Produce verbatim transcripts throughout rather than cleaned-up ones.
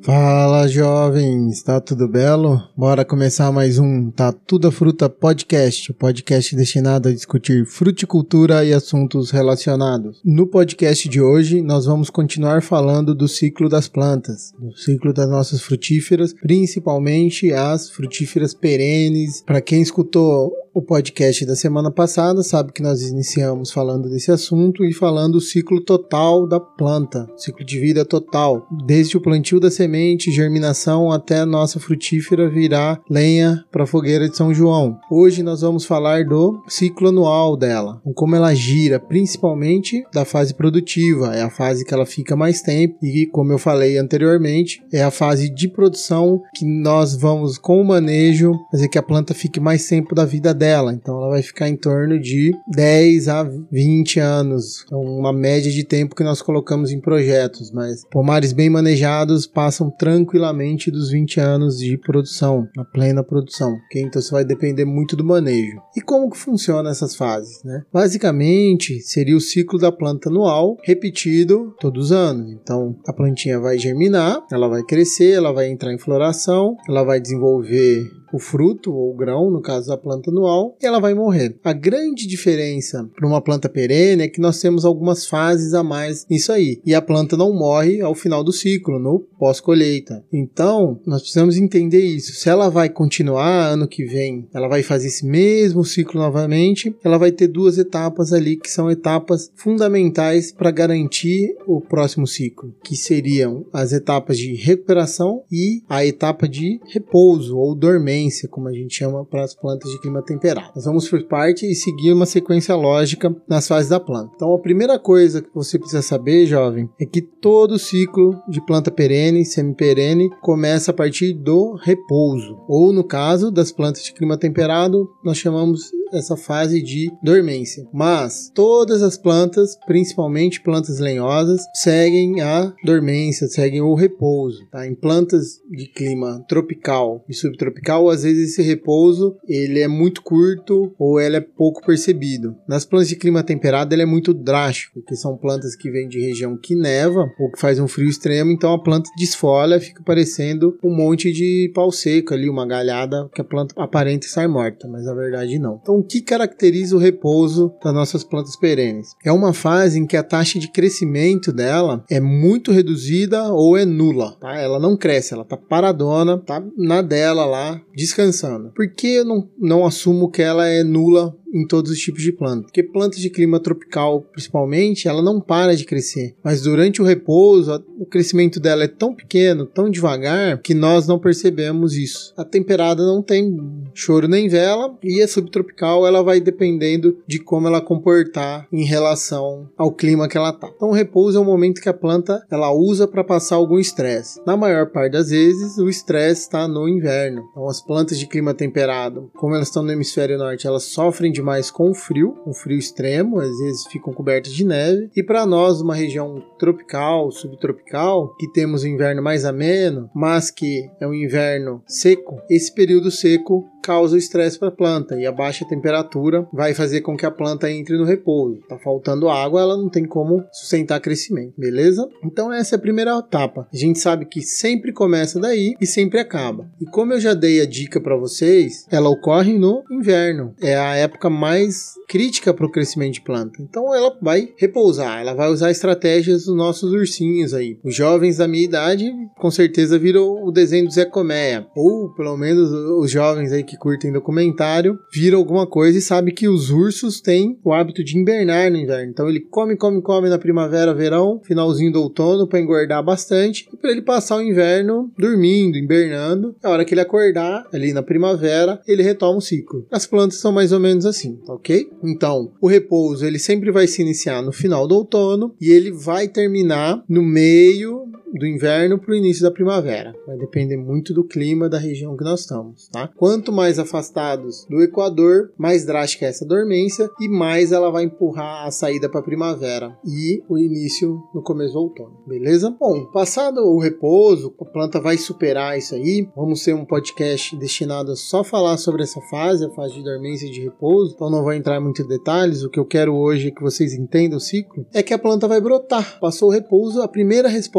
Fala, jovens, tá tudo belo? Bora começar mais um Tá Tudo a Fruta Podcast, o podcast destinado a discutir fruticultura e assuntos relacionados. No podcast de hoje, nós vamos continuar falando do ciclo das plantas, do ciclo das nossas frutíferas, principalmente as frutíferas perenes. Para quem escutou o podcast da semana passada, sabe que nós iniciamos falando desse assunto e falando o ciclo total da planta, ciclo de vida total, desde o plantio da semente, germinação, até a nossa frutífera virar lenha para a fogueira de São João. Hoje nós vamos falar do ciclo anual dela, como ela gira, principalmente da fase produtiva, é a fase que ela fica mais tempo e, como eu falei anteriormente, é a fase de produção que nós vamos, com o manejo, fazer que a planta fique mais tempo da vida dela. Dela. Então ela vai ficar em torno de dez a vinte anos, é uma média de tempo que nós colocamos em projetos, mas pomares bem manejados passam tranquilamente dos vinte anos de produção, na plena produção, okay? Então isso vai depender muito do manejo. E como que funciona essas fases, né? Basicamente seria o ciclo da planta anual repetido todos os anos. Então a plantinha vai germinar, ela vai crescer, ela vai entrar em floração, ela vai desenvolver o fruto ou o grão, no caso da planta anual, e ela vai morrer. A grande diferença para uma planta perene é que nós temos algumas fases a mais nisso aí, e a planta não morre ao final do ciclo, no pós-colheita. Então, nós precisamos entender isso. Se ela vai continuar ano que vem, ela vai fazer esse mesmo ciclo novamente, ela vai ter duas etapas ali que são etapas fundamentais para garantir o próximo ciclo, que seriam as etapas de recuperação e a etapa de repouso ou dormência, como a gente chama para as plantas de clima temperado. Nós vamos por parte e seguir uma sequência lógica nas fases da planta. Então a primeira coisa que você precisa saber, jovem, é que todo ciclo de planta perene, semi-perene, começa a partir do repouso, ou no caso das plantas de clima temperado, nós chamamos essa fase de dormência. Mas todas as plantas, principalmente plantas lenhosas, seguem a dormência, seguem o repouso, tá? Em plantas de clima tropical e subtropical, às vezes esse repouso ele é muito curto ou ele é pouco percebido. Nas plantas de clima temperado ele é muito drástico, porque são plantas que vêm de região que neva ou que faz um frio extremo, então a planta desfolha, fica parecendo um monte de pau seco ali, uma galhada que a planta aparenta estar morta, mas na verdade não. Então o que caracteriza o repouso das nossas plantas perenes? É uma fase em que a taxa de crescimento dela é muito reduzida ou é nula, tá? Ela não cresce, ela tá paradona, tá na dela lá, descansando. Por que eu não, não assumo que ela é nula em todos os tipos de planta? Porque plantas de clima tropical, principalmente, ela não para de crescer. Mas durante o repouso, o crescimento dela é tão pequeno, tão devagar, que nós não percebemos isso. A temperada não tem choro nem vela, e a subtropical, ela vai dependendo de como ela comportar em relação ao clima que ela tá. Então o repouso é o momento que a planta ela usa para passar algum estresse. Na maior parte das vezes, o estresse está no inverno. Então as plantas de clima temperado, como elas estão no hemisfério norte, elas sofrem de mais com o frio, um frio extremo, às vezes ficam cobertas de neve. E para nós, uma região tropical, subtropical, que temos um inverno mais ameno, mas que é um inverno seco, esse período seco causa estresse para a planta e a baixa temperatura vai fazer com que a planta entre no repouso. Tá faltando água, ela não tem como sustentar crescimento, beleza? Então essa é a primeira etapa. A gente sabe que sempre começa daí e sempre acaba. E como eu já dei a dica para vocês, ela ocorre no inverno. É a época mais crítica para o crescimento de planta. Então ela vai repousar, ela vai usar estratégias dos nossos ursinhos aí. Os jovens da minha idade com certeza viram o desenho do Zé Colmeia, ou pelo menos os jovens aí que curtem documentário viram alguma coisa e sabem que os ursos têm o hábito de hibernar no inverno. Então ele come, come, come na primavera, verão, finalzinho do outono para engordar bastante e para ele passar o inverno dormindo, hibernando. A hora que ele acordar ali na primavera, ele retoma o ciclo. As plantas são mais ou menos assim, ok? Então, o repouso ele sempre vai se iniciar no final do outono e ele vai terminar no meio do inverno para o início da primavera. Vai depender muito do clima da região que nós estamos, tá? Quanto mais afastados do Equador, mais drástica é essa dormência e mais ela vai empurrar a saída para a primavera e o início no começo do outono, beleza? Bom, passado o repouso, a planta vai superar isso aí. Vamos ter um podcast destinado a só falar sobre essa fase, a fase de dormência e de repouso, então não vou entrar muito em detalhes. O que eu quero hoje é que vocês entendam o ciclo, é que a planta vai brotar. Passou o repouso, a primeira resposta da planta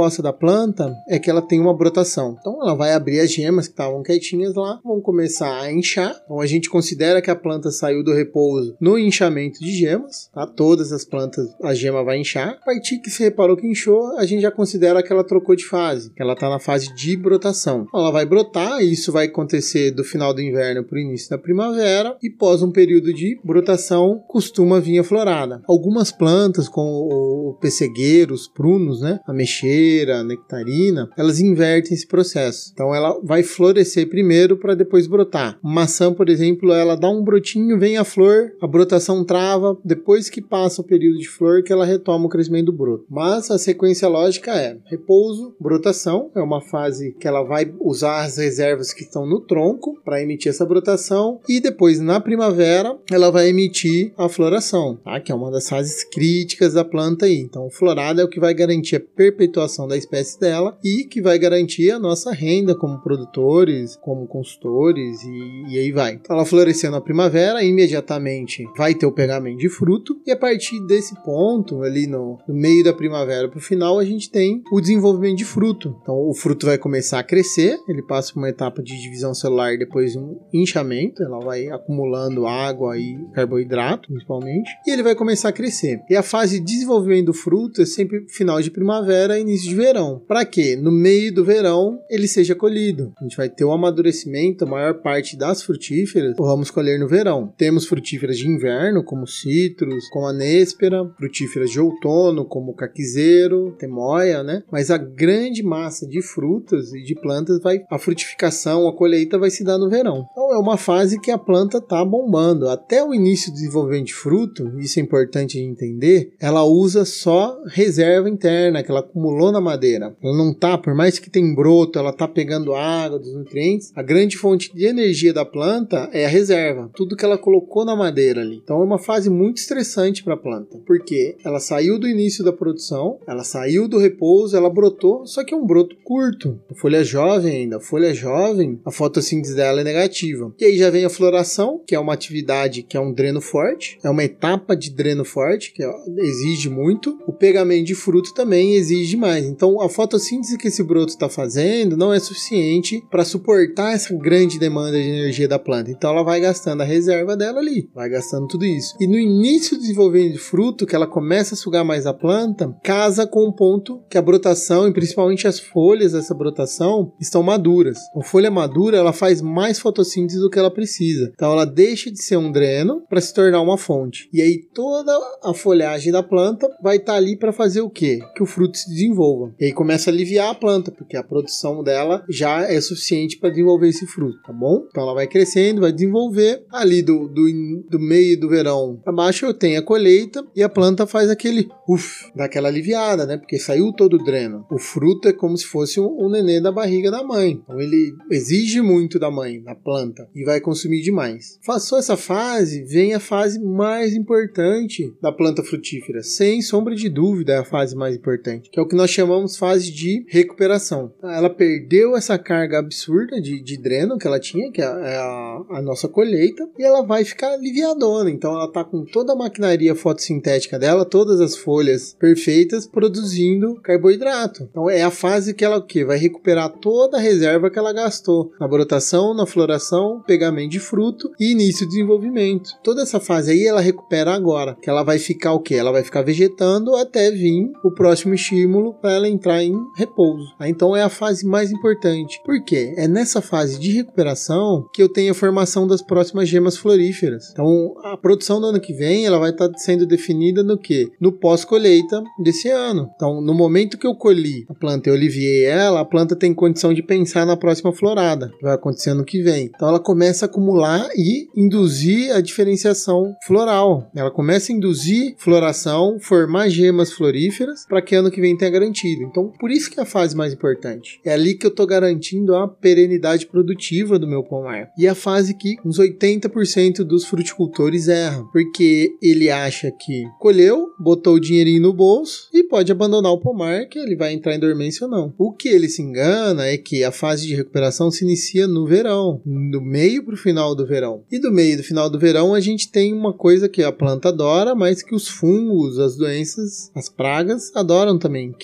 planta é que ela tem uma brotação. Então ela vai abrir as gemas que estavam quietinhas lá, vão começar a inchar. Então a gente considera que a planta saiu do repouso no inchamento de gemas, tá? Todas as plantas a gema vai inchar. A partir que se reparou que inchou, a gente já considera que ela trocou de fase, que ela está na fase de brotação. Ela vai brotar, e isso vai acontecer do final do inverno para o início da primavera, e pós um período de brotação costuma vir a florada. Algumas plantas, como o pessegueiro, os prunos, né, a mexeira, a nectarina, elas invertem esse processo. Então ela vai florescer primeiro para depois brotar. Maçã, por exemplo, ela dá um brotinho, vem a flor, a brotação trava, depois que passa o período de flor que ela retoma o crescimento do broto. Mas a sequência lógica é repouso, brotação, é uma fase que ela vai usar as reservas que estão no tronco para emitir essa brotação, e depois na primavera ela vai emitir a floração, tá? Que é uma das fases críticas da planta aí. Então florada é o que vai garantir a perpetuação da espécie dela e que vai garantir a nossa renda como produtores, como consultores, e, e aí vai. Então ela floresceu na primavera, imediatamente vai ter o pegamento de fruto, e a partir desse ponto, ali no, no meio da primavera para o final, a gente tem o desenvolvimento de fruto. Então o fruto vai começar a crescer, ele passa por uma etapa de divisão celular e depois um inchamento, ela vai acumulando água e carboidrato, principalmente, e ele vai começar a crescer. E a fase de desenvolvimento do fruto é sempre final de primavera e início de verão. Para que no meio do verão ele seja colhido. A gente vai ter o amadurecimento, a maior parte das frutíferas vamos colher no verão. Temos frutíferas de inverno, como citros, como a néspera, frutíferas de outono, como o caquizeiro, temoia, né? Mas a grande massa de frutas e de plantas, vai, a frutificação, a colheita vai se dar no verão. Então é uma fase que a planta está bombando. Até o início do desenvolvimento de fruto, isso é importante de entender, ela usa só reserva interna que ela acumulou na madeira. Ela não tá, por mais que tem broto, ela tá pegando água dos nutrientes. A grande fonte de energia da planta é a reserva, tudo que ela colocou na madeira ali. Então é uma fase muito estressante para a planta, porque ela saiu do início da produção, ela saiu do repouso, ela brotou, só que é um broto curto. A folha é jovem ainda, a folha é jovem, a fotossíntese dela é negativa. E aí já vem a floração, que é uma atividade que é um dreno forte, é uma etapa de dreno forte, que exige muito. O pegamento de fruto também exige mais. Então a fotossíntese que esse broto está fazendo não é suficiente para suportar essa grande demanda de energia da planta. Então ela vai gastando a reserva dela ali, vai gastando tudo isso. E no início do desenvolvimento de fruto, que ela começa a sugar mais a planta, casa com o ponto que a brotação, e principalmente as folhas dessa brotação, estão maduras. A folha madura, ela faz mais fotossíntese do que ela precisa. Então ela deixa de ser um dreno para se tornar uma fonte. E aí toda a folhagem da planta vai estar tá ali para fazer o quê? Que o fruto se desenvolva. E aí começa a aliviar a planta, porque a produção dela já é suficiente para desenvolver esse fruto, tá bom? Então ela vai crescendo, vai desenvolver. Ali do, do, do meio do verão para baixo eu tenho a colheita e a planta faz aquele uff, dá aquela aliviada, né? Porque saiu todo o dreno. O fruto é como se fosse um, um nenê da barriga da mãe. Então ele exige muito da mãe, da planta, e vai consumir demais. Passou essa fase, vem a fase mais importante da planta frutífera. Sem sombra de dúvida é a fase mais importante, que é o que nós chamamos fase de recuperação. Ela perdeu essa carga absurda de, de dreno que ela tinha, que é a, a nossa colheita, e ela vai ficar aliviadona. Então ela tá com toda a maquinaria fotossintética dela, todas as folhas perfeitas, produzindo carboidrato. Então é a fase que ela o quê? Vai recuperar toda a reserva que ela gastou na brotação, na floração, pegamento de fruto e início de desenvolvimento. Toda essa fase aí ela recupera agora, que ela vai ficar o quê? Ela vai ficar vegetando até vir o próximo estímulo para ela entrar em repouso. Então é a fase mais importante. Por quê? É nessa fase de recuperação que eu tenho a formação das próximas gemas floríferas. Então a produção do ano que vem ela vai estar tá sendo definida no quê? No pós-colheita desse ano. Então no momento que eu colhi a planta e oliviei ela, a planta tem condição de pensar na próxima florada, que vai acontecer ano que vem. Então ela começa a acumular e induzir a diferenciação floral. Ela começa a induzir floração, formar gemas floríferas para que ano que vem tenha garantido. Então por isso que é a fase mais importante. É ali que eu estou garantindo a perenidade produtiva do meu pomar. E a fase que uns oitenta por cento dos fruticultores erram, porque ele acha que colheu, botou o dinheirinho no bolso e pode abandonar o pomar, que ele vai entrar em dormência ou não. O que ele se engana é que a fase de recuperação se inicia no verão, do meio para o final do verão. E do meio do final do verão a gente tem uma coisa que a planta adora, mas que os fungos, as doenças, as pragas adoram também, que é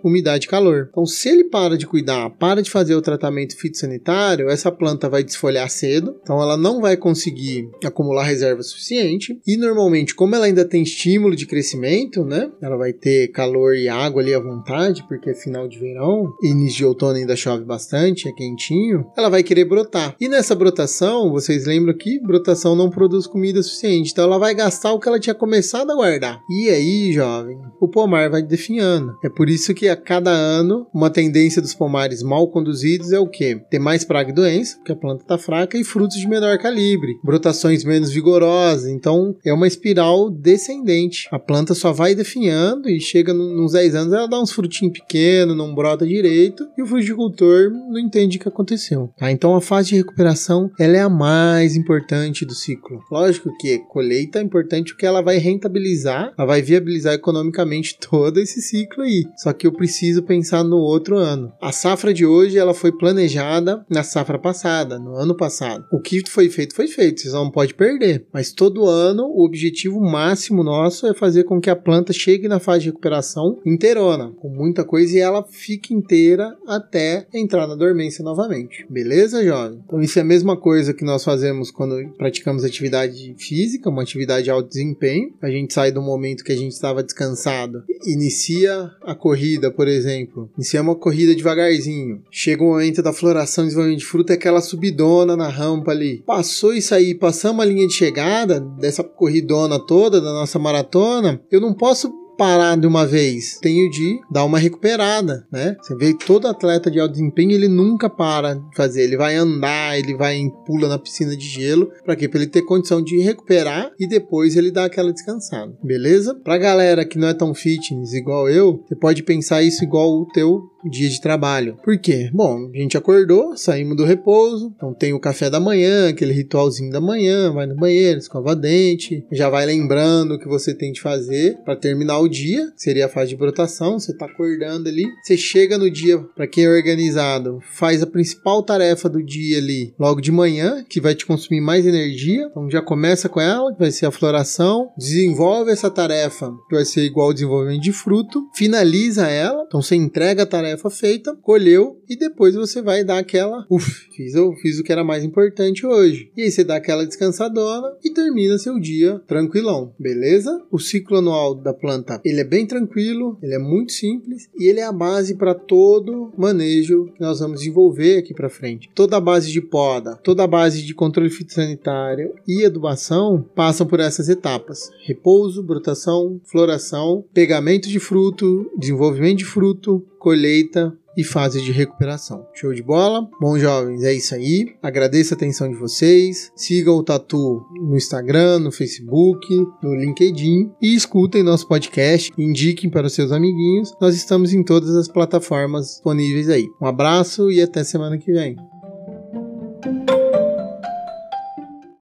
umidade e calor. Então, se ele para de cuidar, para de fazer o tratamento fitossanitário, essa planta vai desfolhar cedo, então ela não vai conseguir acumular reserva suficiente, e normalmente, como ela ainda tem estímulo de crescimento, né, ela vai ter calor e água ali à vontade, porque é final de verão, e início de outono ainda chove bastante, é quentinho, ela vai querer brotar. E nessa brotação, vocês lembram que brotação não produz comida suficiente, então ela vai gastar o que ela tinha começado a guardar. E aí, jovem, o pomar vai definhando. É por isso que a cada ano, uma tendência dos pomares mal conduzidos é o quê? Ter mais praga e doença, porque a planta está fraca, e frutos de menor calibre, brotações menos vigorosas, então é uma espiral descendente. A planta só vai definhando e chega nos dez anos, ela dá uns frutinhos pequenos, não brota direito, e o fruticultor não entende o que aconteceu. Tá? Então a fase de recuperação, ela é a mais importante do ciclo. Lógico que colheita é importante porque ela vai rentabilizar, ela vai viabilizar economicamente todo esse ciclo aí. Só que eu preciso pensar no outro ano. A safra de hoje, ela foi planejada na safra passada, no ano passado. O que foi feito, foi feito. Você não pode perder. Mas todo ano, o objetivo máximo nosso é fazer com que a planta chegue na fase de recuperação inteirona, com muita coisa, e ela fique inteira até entrar na dormência novamente. Beleza, jovem? Então isso é a mesma coisa que nós fazemos quando praticamos atividade física, uma atividade de alto desempenho. A gente sai do momento que a gente estava descansado, inicia a corrida, por exemplo. Inicia uma corrida devagarzinho. Chega o momento da floração e desenvolvimento de fruta, é aquela subidona na rampa ali. Passou isso aí, passamos a linha de chegada dessa corridona toda, da nossa maratona, eu não posso parar de uma vez, tenho de dar uma recuperada, né? Você vê que todo atleta de alto desempenho, ele nunca para de fazer, ele vai andar, ele vai pula na piscina de gelo, para quê? Para ele ter condição de recuperar e depois ele dar aquela descansada, beleza? Pra galera que não é tão fitness igual eu, você pode pensar isso igual o teu dia de trabalho. Por quê? Bom, a gente acordou, saímos do repouso, então tem o café da manhã, aquele ritualzinho da manhã, vai no banheiro, escova dente, já vai lembrando o que você tem de fazer para terminar o dia, que seria a fase de brotação. Você tá acordando ali, você chega no dia, para quem é organizado, faz a principal tarefa do dia ali, logo de manhã, que vai te consumir mais energia, então já começa com ela, que vai ser a floração, desenvolve essa tarefa, que vai ser igual ao desenvolvimento de fruto, finaliza ela, então você entrega a tarefa feita, colheu, e depois você vai dar aquela, uff, fiz, eu fiz o que era mais importante hoje. E aí você dá aquela descansadona e termina seu dia tranquilão, beleza? O ciclo anual da planta, ele é bem tranquilo, ele é muito simples, e ele é a base para todo manejo que nós vamos desenvolver aqui para frente. Toda a base de poda, toda a base de controle fitossanitário e adubação passam por essas etapas: repouso, brotação, floração, pegamento de fruto, desenvolvimento de fruto, colheita e fase de recuperação. Show de bola? Bom, jovens, é isso aí. Agradeço a atenção de vocês. Sigam o Tatu no Instagram, no Facebook, no LinkedIn e escutem nosso podcast. Indiquem para os seus amiguinhos. Nós estamos em todas as plataformas disponíveis aí. Um abraço e até semana que vem.